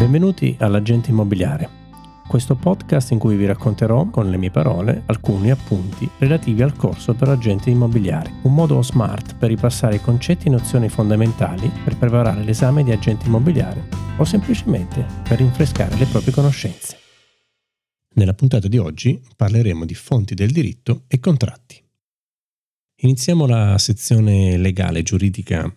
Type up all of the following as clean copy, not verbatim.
Benvenuti all'Agente Immobiliare, questo podcast in cui vi racconterò con le mie parole alcuni appunti relativi al corso per agenti immobiliari, un modo smart per ripassare i concetti e nozioni fondamentali per preparare l'esame di agente immobiliare o semplicemente per rinfrescare le proprie conoscenze. Nella puntata di oggi parleremo di fonti del diritto e contratti. Iniziamo la sezione legale giuridica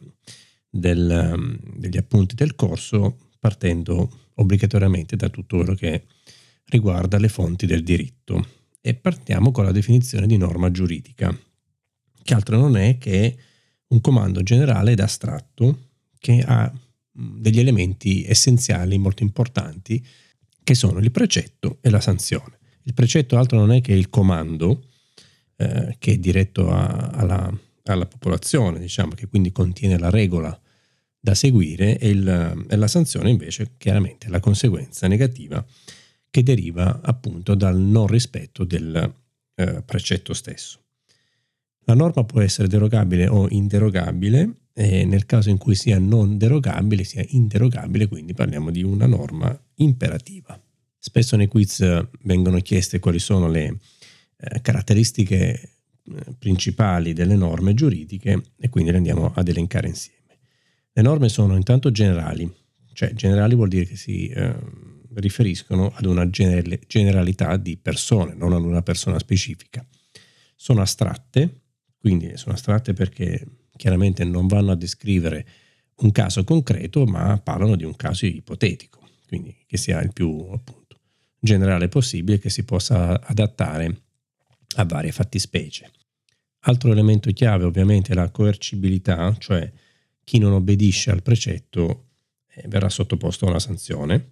degli appunti del corso partendo obbligatoriamente da tutto quello che riguarda le fonti del diritto e partiamo con la definizione di norma giuridica, che altro non è che un comando generale ed astratto che ha degli elementi essenziali molto importanti che sono il precetto e la sanzione. Il precetto altro non è che il comando che è diretto alla popolazione, diciamo, che quindi contiene la regola da seguire e la sanzione invece chiaramente è la conseguenza negativa che deriva appunto dal non rispetto del precetto stesso. La norma può essere derogabile o inderogabile e nel caso in cui sia non derogabile sia inderogabile, quindi parliamo di una norma imperativa. Spesso nei quiz vengono chieste quali sono le caratteristiche principali delle norme giuridiche e quindi le andiamo ad elencare insieme. Le norme sono intanto generali, cioè generali vuol dire che si riferiscono ad una generalità di persone, non ad una persona specifica. Sono astratte, quindi sono astratte perché chiaramente non vanno a descrivere un caso concreto, ma parlano di un caso ipotetico, quindi che sia il più appunto generale possibile, che si possa adattare a varie fattispecie. Altro elemento chiave ovviamente è la coercibilità, cioè chi non obbedisce al precetto verrà sottoposto a una sanzione.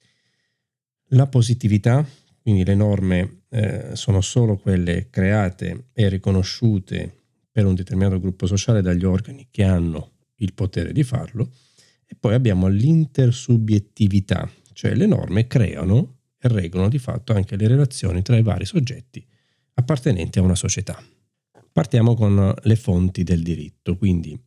La positività, quindi le norme sono solo quelle create e riconosciute per un determinato gruppo sociale dagli organi che hanno il potere di farlo. E poi abbiamo l'intersubjettività, cioè le norme creano e regolano di fatto anche le relazioni tra i vari soggetti appartenenti a una società. Partiamo con le fonti del diritto, quindi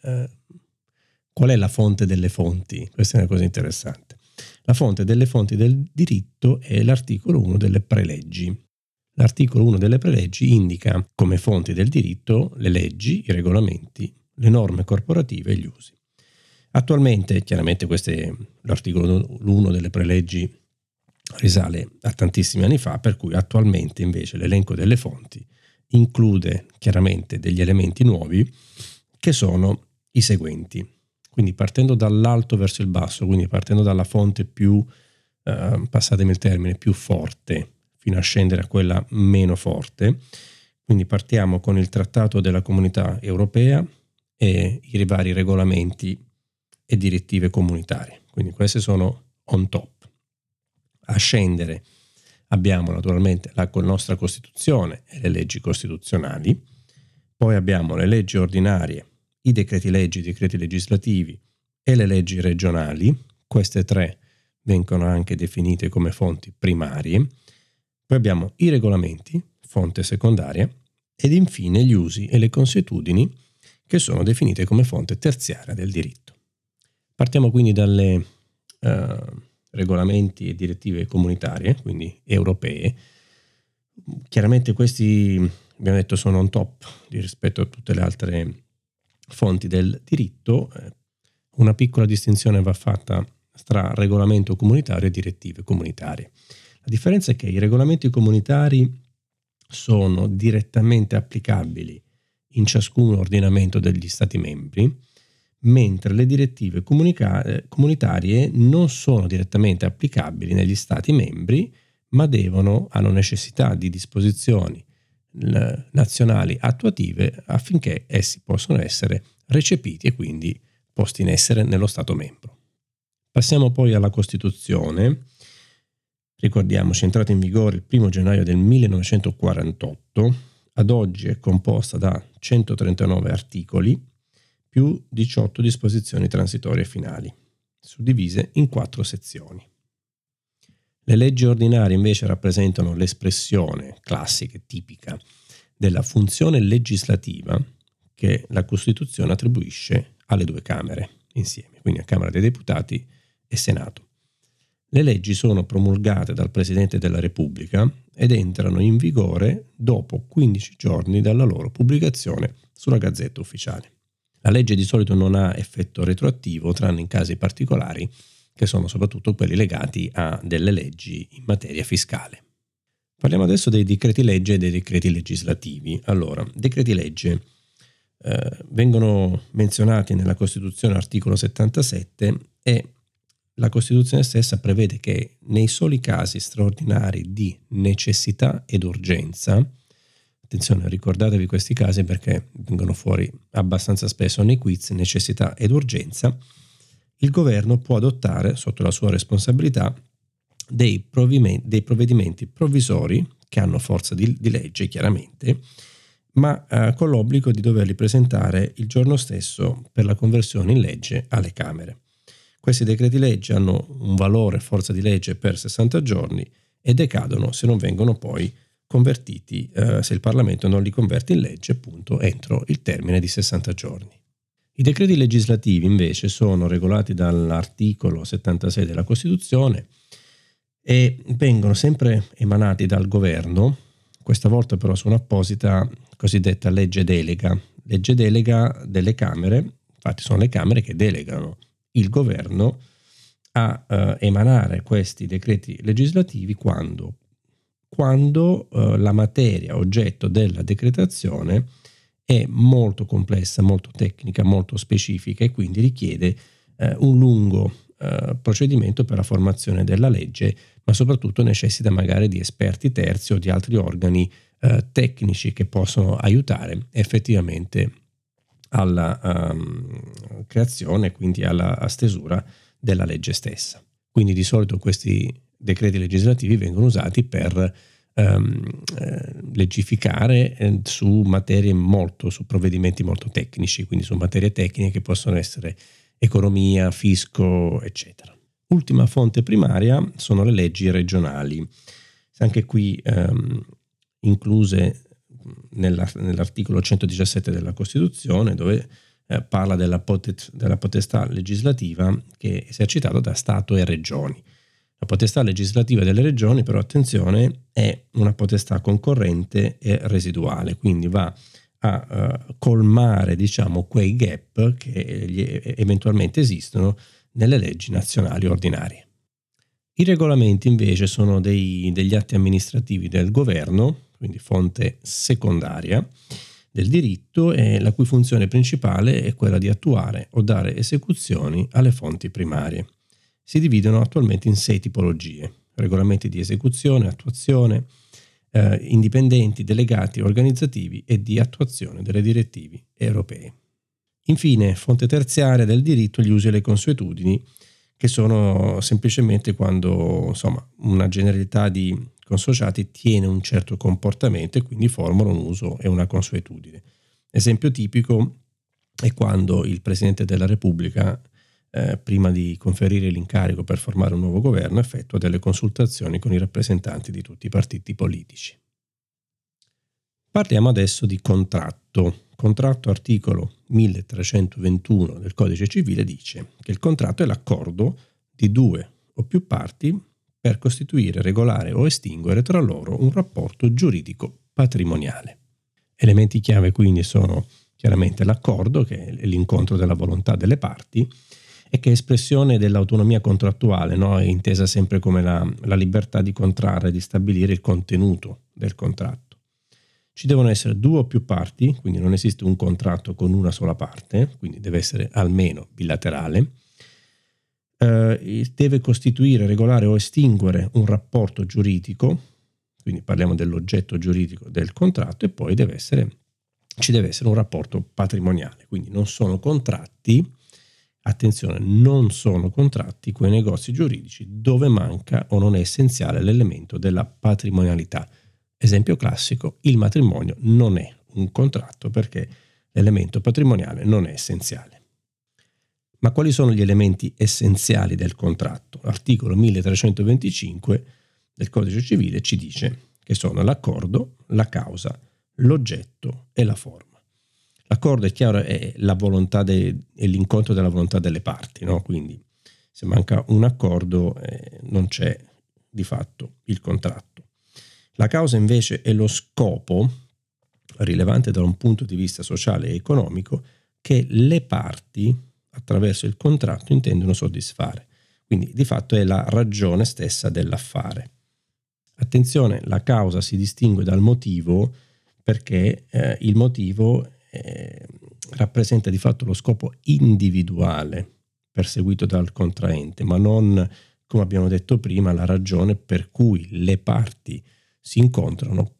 qual è la fonte delle fonti? Questa è una cosa interessante. La fonte delle fonti del diritto è l'articolo 1 delle preleggi. L'articolo 1 delle preleggi indica come fonti del diritto le leggi, i regolamenti, le norme corporative e gli usi. Attualmente, chiaramente l'articolo 1 delle preleggi risale a tantissimi anni fa, per cui attualmente invece l'elenco delle fonti include chiaramente degli elementi nuovi che sono i seguenti. Quindi partendo dall'alto verso il basso, quindi partendo dalla fonte più, passatemi il termine, più forte, fino a scendere a quella meno forte. Quindi partiamo con il Trattato della Comunità Europea e i vari regolamenti e direttive comunitarie. Quindi queste sono on top. A scendere abbiamo naturalmente la nostra Costituzione e le leggi costituzionali, poi abbiamo le leggi ordinarie, i decreti leggi, i decreti legislativi e le leggi regionali. Queste tre vengono anche definite come fonti primarie. Poi abbiamo i regolamenti, fonte secondaria, ed infine gli usi e le consuetudini che sono definite come fonte terziaria del diritto. Partiamo quindi dalle regolamenti e direttive comunitarie, quindi europee. Chiaramente questi, abbiamo detto, sono on top rispetto a tutte le altre fonti del diritto. Una piccola distinzione va fatta tra regolamento comunitario e direttive comunitarie. La differenza è che i regolamenti comunitari sono direttamente applicabili in ciascun ordinamento degli Stati membri, mentre le direttive comunitarie non sono direttamente applicabili negli Stati membri, ma hanno necessità di disposizioni nazionali attuative affinché essi possano essere recepiti e quindi posti in essere nello Stato membro. Passiamo poi alla Costituzione. Ricordiamoci, è entrata in vigore il 1 gennaio del 1948, ad oggi è composta da 139 articoli più 18 disposizioni transitorie finali, suddivise in 4 sezioni. Le leggi ordinarie invece rappresentano l'espressione classica e tipica della funzione legislativa che la Costituzione attribuisce alle due Camere insieme, quindi a Camera dei Deputati e Senato. Le leggi sono promulgate dal Presidente della Repubblica ed entrano in vigore dopo 15 giorni dalla loro pubblicazione sulla Gazzetta Ufficiale. La legge di solito non ha effetto retroattivo, tranne in casi particolari, che sono soprattutto quelli legati a delle leggi in materia fiscale. Parliamo adesso dei decreti legge e dei decreti legislativi. Allora, decreti legge vengono menzionati nella Costituzione articolo 77 e la Costituzione stessa prevede che nei soli casi straordinari di necessità ed urgenza, attenzione, ricordatevi questi casi perché vengono fuori abbastanza spesso nei quiz, necessità ed urgenza, il governo può adottare, sotto la sua responsabilità, dei provvedimenti provvisori che hanno forza di legge, chiaramente, ma con l'obbligo di doverli presentare il giorno stesso per la conversione in legge alle Camere. Questi decreti legge hanno un valore forza di legge per 60 giorni e decadono se non vengono poi convertiti, se il Parlamento non li converte in legge, appunto, entro il termine di 60 giorni. I decreti legislativi invece sono regolati dall'articolo 76 della Costituzione e vengono sempre emanati dal governo, questa volta però su un'apposita cosiddetta legge delega delle Camere. Infatti sono le Camere che delegano il governo a emanare questi decreti legislativi quando la materia oggetto della decretazione è molto complessa, molto tecnica, molto specifica e quindi richiede un lungo procedimento per la formazione della legge, ma soprattutto necessita magari di esperti terzi o di altri organi tecnici che possono aiutare effettivamente alla creazione, quindi alla stesura della legge stessa. Quindi di solito questi decreti legislativi vengono usati per legificare su provvedimenti molto tecnici, quindi su materie tecniche che possono essere economia, fisco, eccetera. Ultima fonte primaria sono le leggi regionali, anche qui incluse nell'articolo 117 della Costituzione, dove parla della potestà legislativa che è esercitata da Stato e Regioni. La potestà legislativa delle regioni, però attenzione, è una potestà concorrente e residuale, quindi va a colmare, diciamo, quei gap che eventualmente esistono nelle leggi nazionali ordinarie. I regolamenti invece sono degli atti amministrativi del governo, quindi fonte secondaria del diritto, e la cui funzione principale è quella di attuare o dare esecuzioni alle fonti primarie. Si dividono attualmente in 6 tipologie: regolamenti di esecuzione, attuazione, indipendenti, delegati, organizzativi e di attuazione delle direttive europee. Infine, fonte terziaria del diritto, gli usi e le consuetudini, che sono semplicemente quando, una generalità di consociati tiene un certo comportamento e quindi formano un uso e una consuetudine. Esempio tipico è quando il Presidente della Repubblica, prima di conferire l'incarico per formare un nuovo governo, effettua delle consultazioni con i rappresentanti di tutti i partiti politici. Parliamo adesso di contratto. Contratto, articolo 1321 del Codice Civile, dice che il contratto è l'accordo di 2 o più parti per costituire, regolare o estinguere tra loro un rapporto giuridico patrimoniale. Elementi chiave quindi sono chiaramente l'accordo, che è l'incontro della volontà delle parti e che è espressione dell'autonomia contrattuale, no? È intesa sempre come la libertà di contrarre, di stabilire il contenuto del contratto. Ci devono essere 2 o più parti, quindi non esiste un contratto con una sola parte, quindi deve essere almeno bilaterale. Deve costituire, regolare o estinguere un rapporto giuridico, quindi parliamo dell'oggetto giuridico del contratto, e poi ci deve essere un rapporto patrimoniale, quindi non sono contratti, attenzione, non sono contratti quei negozi giuridici dove manca o non è essenziale l'elemento della patrimonialità. Esempio classico: il matrimonio non è un contratto perché l'elemento patrimoniale non è essenziale. Ma quali sono gli elementi essenziali del contratto? L'articolo 1325 del Codice Civile ci dice che sono l'accordo, la causa, l'oggetto e la forma. L'accordo, è chiaro, è la volontà e l'incontro della volontà delle parti, no? Quindi Se manca un accordo non c'è di fatto il contratto. La causa invece è lo scopo, rilevante da un punto di vista sociale e economico, che le parti attraverso il contratto intendono soddisfare. Quindi di fatto è la ragione stessa dell'affare. Attenzione, la causa si distingue dal motivo perché il motivo rappresenta di fatto lo scopo individuale perseguito dal contraente, ma non, come abbiamo detto prima, la ragione per cui le parti si incontrano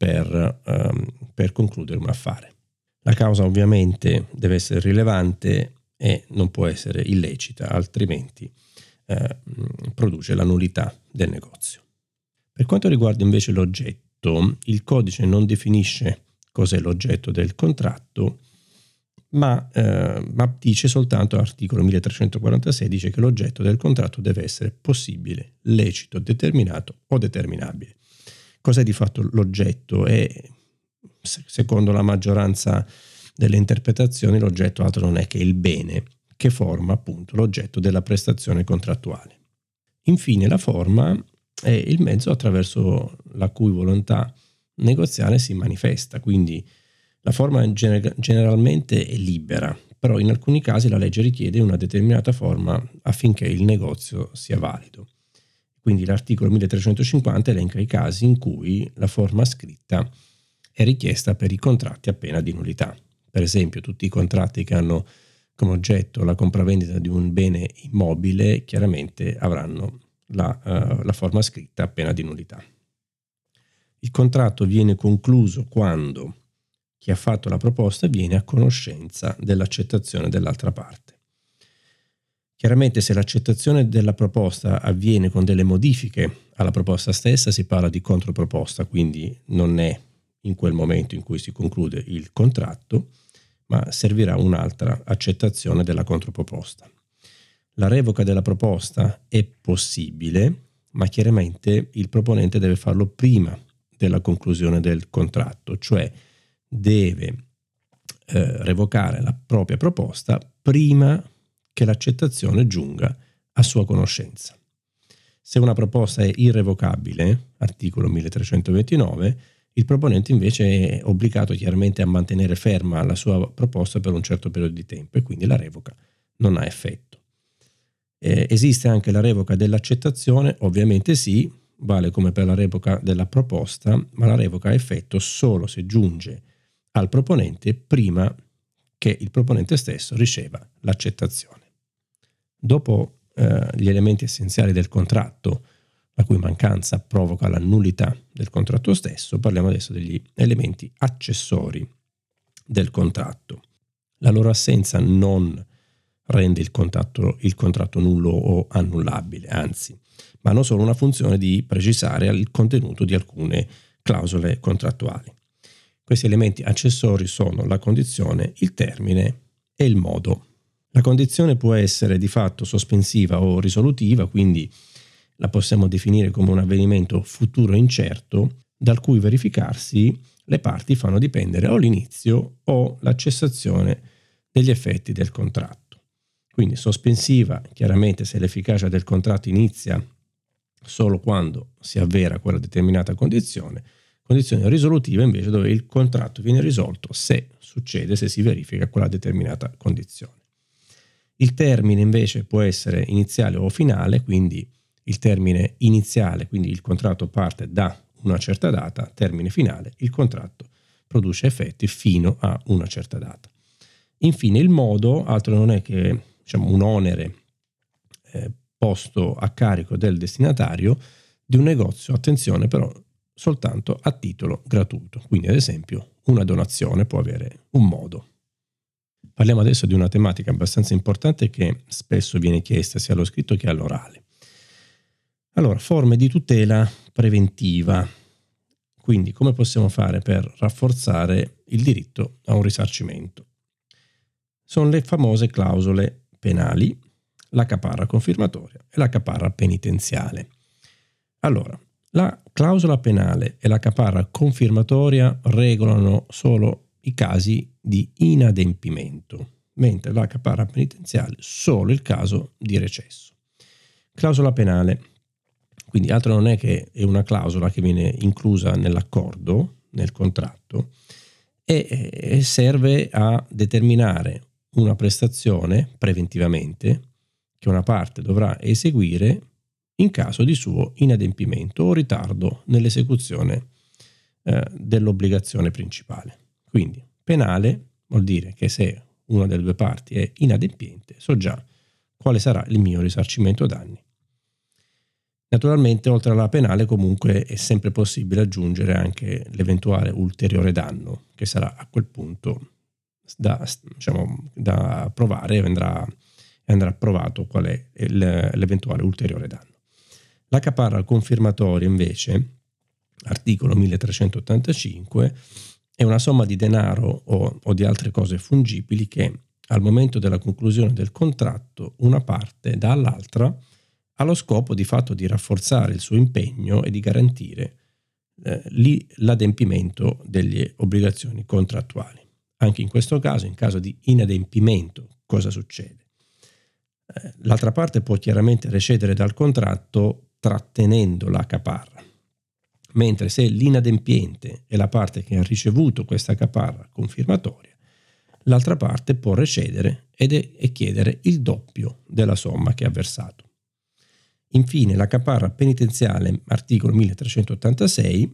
per concludere un affare. La causa ovviamente deve essere rilevante e non può essere illecita, altrimenti produce la nullità del negozio. Per quanto riguarda invece l'oggetto, il codice non definisce cos'è l'oggetto del contratto, ma dice soltanto l'articolo 1346 dice che l'oggetto del contratto deve essere possibile, lecito, determinato o determinabile. Cos'è di fatto l'oggetto? Secondo la maggioranza delle interpretazioni, l'oggetto altro non è che il bene che forma appunto l'oggetto della prestazione contrattuale. Infine, la forma è il mezzo attraverso la cui volontà negoziale si manifesta, quindi la forma generalmente è libera, però in alcuni casi la legge richiede una determinata forma affinché il negozio sia valido. Quindi l'articolo 1350 elenca i casi in cui la forma scritta è richiesta per i contratti a pena di nullità. Per esempio, tutti i contratti che hanno come oggetto la compravendita di un bene immobile chiaramente avranno la forma scritta a pena di nullità. Il contratto viene concluso quando chi ha fatto la proposta viene a conoscenza dell'accettazione dell'altra parte. Chiaramente, se l'accettazione della proposta avviene con delle modifiche alla proposta stessa, si parla di controproposta, quindi non è in quel momento in cui si conclude il contratto, ma servirà un'altra accettazione della controproposta. La revoca della proposta è possibile, ma chiaramente il proponente deve farlo prima della conclusione del contratto, cioè deve revocare la propria proposta prima che l'accettazione giunga a sua conoscenza. Se una proposta è irrevocabile, articolo 1329, il proponente invece è obbligato chiaramente a mantenere ferma la sua proposta per un certo periodo di tempo e quindi la revoca non ha effetto. Esiste anche la revoca dell'accettazione? Ovviamente sì, vale come per la revoca della proposta, ma la revoca ha effetto solo se giunge al proponente prima che il proponente stesso riceva l'accettazione. Dopo gli elementi essenziali del contratto, la cui mancanza provoca la nullità del contratto stesso, parliamo adesso degli elementi accessori del contratto. La loro assenza non rende il contratto nullo o annullabile, anzi, ma hanno solo una funzione di precisare il contenuto di alcune clausole contrattuali. Questi elementi accessori sono la condizione, il termine e il modo. La condizione può essere di fatto sospensiva o risolutiva, quindi la possiamo definire come un avvenimento futuro incerto dal cui verificarsi le parti fanno dipendere o l'inizio o la cessazione degli effetti del contratto. Quindi sospensiva, chiaramente, se l'efficacia del contratto inizia solo quando si avvera quella determinata condizione risolutiva invece dove il contratto viene risolto se si verifica quella determinata condizione. Il termine invece può essere iniziale o finale, quindi il termine iniziale, quindi il contratto parte da una certa data, termine finale, il contratto produce effetti fino a una certa data. Infine il modo, altro non è che un onere posto a carico del destinatario di un negozio, attenzione però soltanto a titolo gratuito, quindi ad esempio una donazione può avere un modo. Parliamo adesso di una tematica abbastanza importante che spesso viene chiesta sia allo scritto che all'orale. Allora, forme di tutela preventiva. Quindi come possiamo fare per rafforzare il diritto a un risarcimento? Sono le famose clausole penali, la caparra confirmatoria e la caparra penitenziale. Allora, la clausola penale e la caparra confirmatoria regolano solo i casi di inadempimento, mentre la caparra penitenziale solo il caso di recesso. Clausola penale. Quindi altro non è che è una clausola che viene inclusa nell'accordo, nel contratto, e serve a determinare una prestazione preventivamente che una parte dovrà eseguire in caso di suo inadempimento o ritardo nell'esecuzione dell'obbligazione principale. Quindi penale vuol dire che se una delle due parti è inadempiente, so già quale sarà il mio risarcimento danni. Naturalmente, oltre alla penale, comunque è sempre possibile aggiungere anche l'eventuale ulteriore danno, che sarà a quel punto da provare e andrà provato qual è l'eventuale ulteriore danno. La caparra confirmatoria, invece, articolo 1385, è una somma di denaro o di altre cose fungibili che, al momento della conclusione del contratto, una parte dà all'altra allo scopo di fatto di rafforzare il suo impegno e di garantire l'adempimento delle obbligazioni contrattuali. Anche in questo caso, in caso di inadempimento, cosa succede? L'altra parte può chiaramente recedere dal contratto trattenendo la caparra, mentre se l'inadempiente è la parte che ha ricevuto questa caparra confirmatoria, l'altra parte può recedere e chiedere il doppio della somma che ha versato. Infine, la caparra penitenziale, articolo 1386,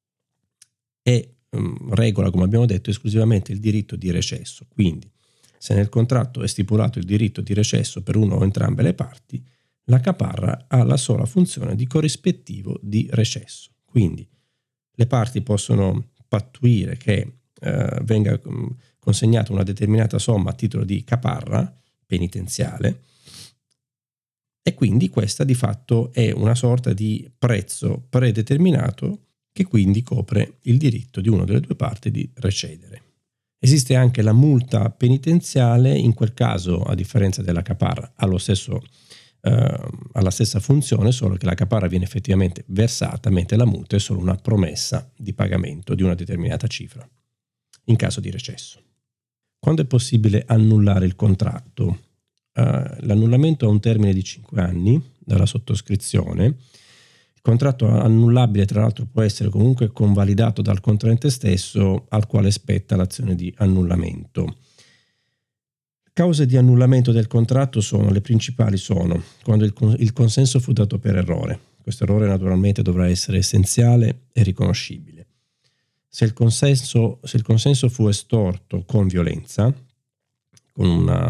regola, come abbiamo detto, esclusivamente il diritto di recesso. Quindi, se nel contratto è stipulato il diritto di recesso per una o entrambe le parti, la caparra ha la sola funzione di corrispettivo di recesso. Quindi, le parti possono pattuire che venga consegnata una determinata somma a titolo di caparra penitenziale, e quindi questa di fatto è una sorta di prezzo predeterminato che quindi copre il diritto di una delle due parti di recedere. Esiste anche la multa penitenziale, in quel caso, a differenza della caparra, ha la stessa funzione, solo che la caparra viene effettivamente versata, mentre la multa è solo una promessa di pagamento di una determinata cifra, in caso di recesso. Quando è possibile annullare il contratto? L'annullamento ha un termine di 5 anni dalla sottoscrizione. Il contratto annullabile, tra l'altro, può essere comunque convalidato dal contraente stesso, al quale spetta l'azione di annullamento. Cause di annullamento del contratto le principali sono quando il consenso fu dato per errore. Questo errore naturalmente dovrà essere essenziale e riconoscibile. Se il consenso fu estorto con violenza, con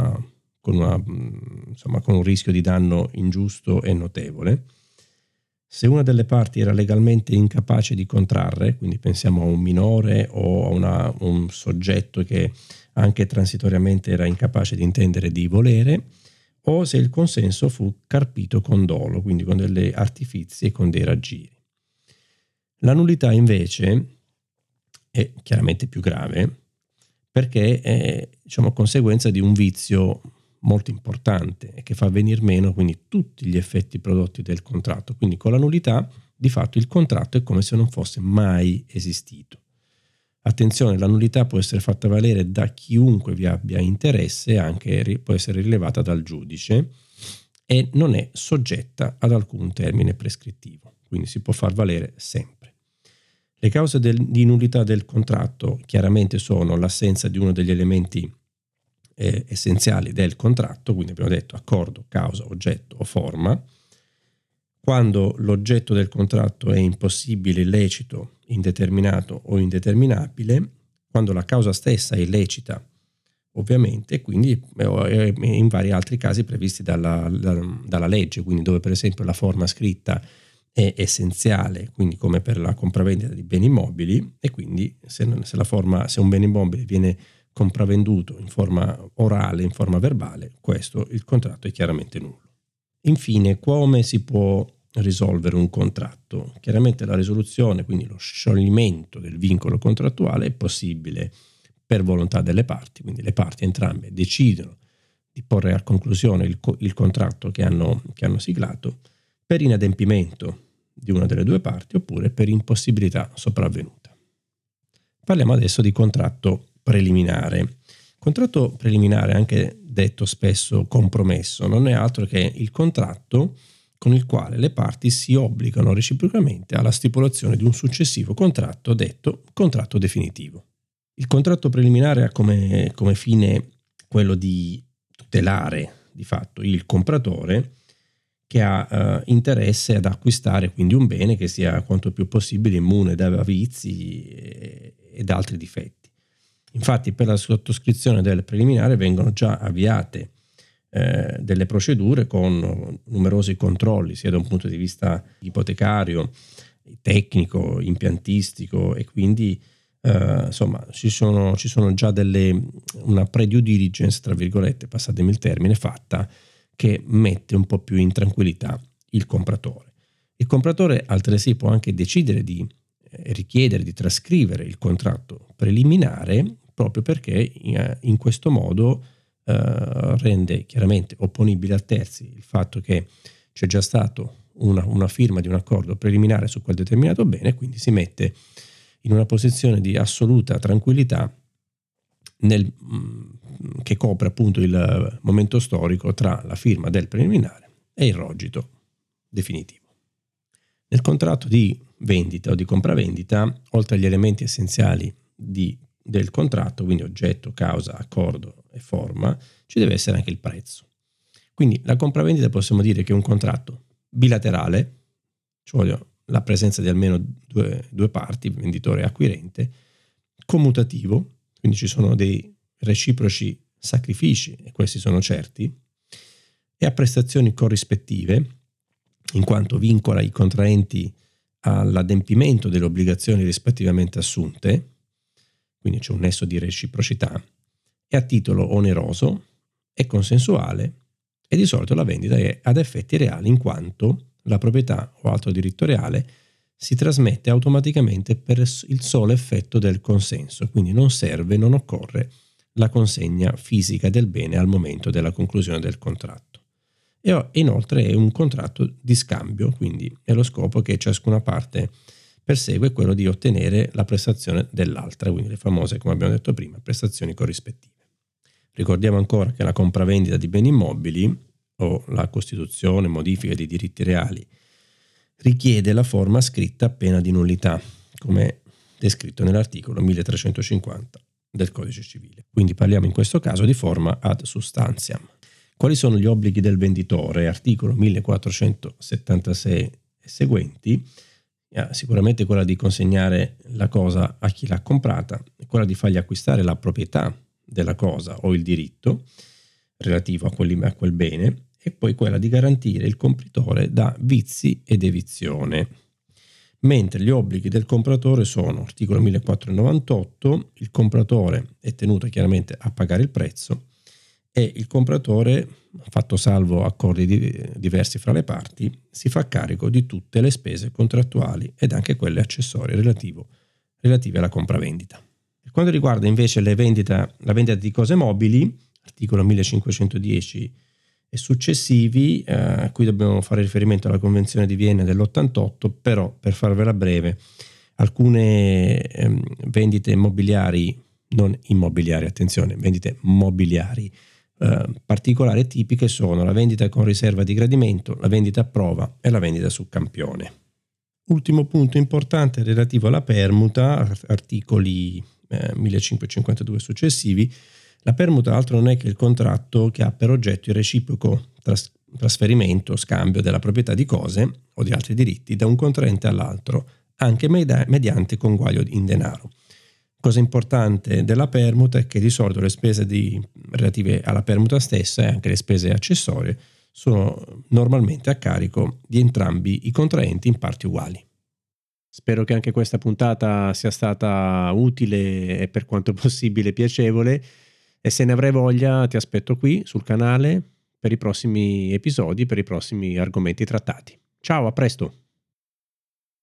un rischio di danno ingiusto e notevole, se una delle parti era legalmente incapace di contrarre, quindi pensiamo a un minore o a un soggetto che anche transitoriamente era incapace di intendere e di volere, o se il consenso fu carpito con dolo, quindi con delle artifizi e con dei raggiri. La nullità invece è chiaramente più grave perché è conseguenza di un vizio molto importante e che fa venir meno quindi tutti gli effetti prodotti del contratto. Quindi con la nullità di fatto il contratto è come se non fosse mai esistito. Attenzione, la nullità può essere fatta valere da chiunque vi abbia interesse e anche può essere rilevata dal giudice e non è soggetta ad alcun termine prescrittivo, quindi si può far valere sempre. Le cause di nullità del contratto chiaramente sono l'assenza di uno degli elementi essenziali del contratto, quindi abbiamo detto accordo, causa, oggetto o forma. Quando l'oggetto del contratto è impossibile, illecito, indeterminato o indeterminabile, quando la causa stessa è illecita, ovviamente, quindi in vari altri casi previsti dalla legge, quindi dove per esempio la forma scritta è essenziale, quindi come per la compravendita di beni immobili, e quindi se un bene immobile viene compravenduto in forma orale, in forma verbale, il contratto è chiaramente nullo. Infine, come si può risolvere un contratto? Chiaramente la risoluzione, quindi lo scioglimento del vincolo contrattuale, è possibile per volontà delle parti, quindi le parti entrambe decidono di porre a conclusione il contratto che hanno siglato per inadempimento di una delle due parti oppure per impossibilità sopravvenuta. Parliamo adesso di contratto preliminare. Contratto preliminare, anche detto spesso compromesso, non è altro che il contratto con il quale le parti si obbligano reciprocamente alla stipulazione di un successivo contratto detto contratto definitivo. Il contratto preliminare ha come fine quello di tutelare di fatto il compratore che ha interesse ad acquistare quindi un bene che sia quanto più possibile immune da vizi ed altri difetti. Infatti per la sottoscrizione del preliminare vengono già avviate delle procedure con numerosi controlli sia da un punto di vista ipotecario, tecnico, impiantistico e quindi insomma ci sono già una pre-due diligence, tra virgolette, passatemi il termine, fatta, che mette un po' più in tranquillità il compratore. Il compratore altresì può anche decidere di richiedere di trascrivere il contratto preliminare proprio perché in questo modo rende chiaramente opponibile a terzi il fatto che c'è già stato una firma di un accordo preliminare su quel determinato bene, quindi si mette in una posizione di assoluta tranquillità che copre appunto il momento storico tra la firma del preliminare e il rogito definitivo. Nel contratto di vendita o di compravendita, oltre agli elementi essenziali del contratto, quindi oggetto, causa, accordo e forma, ci deve essere anche il prezzo. Quindi la compravendita possiamo dire che è un contratto bilaterale, cioè la presenza di almeno due parti, venditore e acquirente, commutativo, quindi ci sono dei reciproci sacrifici, e questi sono certi, e a prestazioni corrispettive, in quanto vincola i contraenti all'adempimento delle obbligazioni rispettivamente assunte, quindi c'è un nesso di reciprocità, e a titolo oneroso e consensuale, e di solito la vendita è ad effetti reali in quanto la proprietà o altro diritto reale si trasmette automaticamente per il solo effetto del consenso, quindi non occorre la consegna fisica del bene al momento della conclusione del contratto. E inoltre è un contratto di scambio, quindi è lo scopo che ciascuna parte persegue quello di ottenere la prestazione dell'altra, quindi le famose, come abbiamo detto prima, prestazioni corrispettive. Ricordiamo ancora che la compravendita di beni immobili o la costituzione, modifica di diritti reali richiede la forma scritta a pena di nullità, come descritto nell'articolo 1350 del Codice Civile. Quindi parliamo in questo caso di forma ad substantiam. Quali sono gli obblighi del venditore? Articolo 1476 e seguenti. Sicuramente quella di consegnare la cosa a chi l'ha comprata, quella di fargli acquistare la proprietà della cosa o il diritto relativo a quel bene, e poi quella di garantire il compratore da vizi ed evizione. Mentre gli obblighi del compratore sono, articolo 1498, il compratore è tenuto chiaramente a pagare il prezzo e il compratore, fatto salvo accordi diversi fra le parti, si fa carico di tutte le spese contrattuali ed anche quelle accessorie relative alla compravendita. Per quanto riguarda invece la vendita di cose mobili, articolo 1510 e successivi, qui dobbiamo fare riferimento alla Convenzione di Vienna dell'88, però per farvela breve, alcune vendite immobiliari, non immobiliari, attenzione, vendite mobiliari particolari e tipiche sono la vendita con riserva di gradimento, la vendita a prova e la vendita su campione. Ultimo punto importante relativo alla permuta, articoli 1552 successivi. La permuta altro non è che il contratto che ha per oggetto il reciproco trasferimento, scambio della proprietà di cose o di altri diritti da un contraente all'altro, anche mediante conguaglio in denaro. Cosa importante della permuta è che di solito le spese relative alla permuta stessa e anche le spese accessorie sono normalmente a carico di entrambi i contraenti in parti uguali. Spero che anche questa puntata sia stata utile e per quanto possibile piacevole, e se ne avrai voglia ti aspetto qui sul canale per i prossimi episodi, per i prossimi argomenti trattati. Ciao, a presto!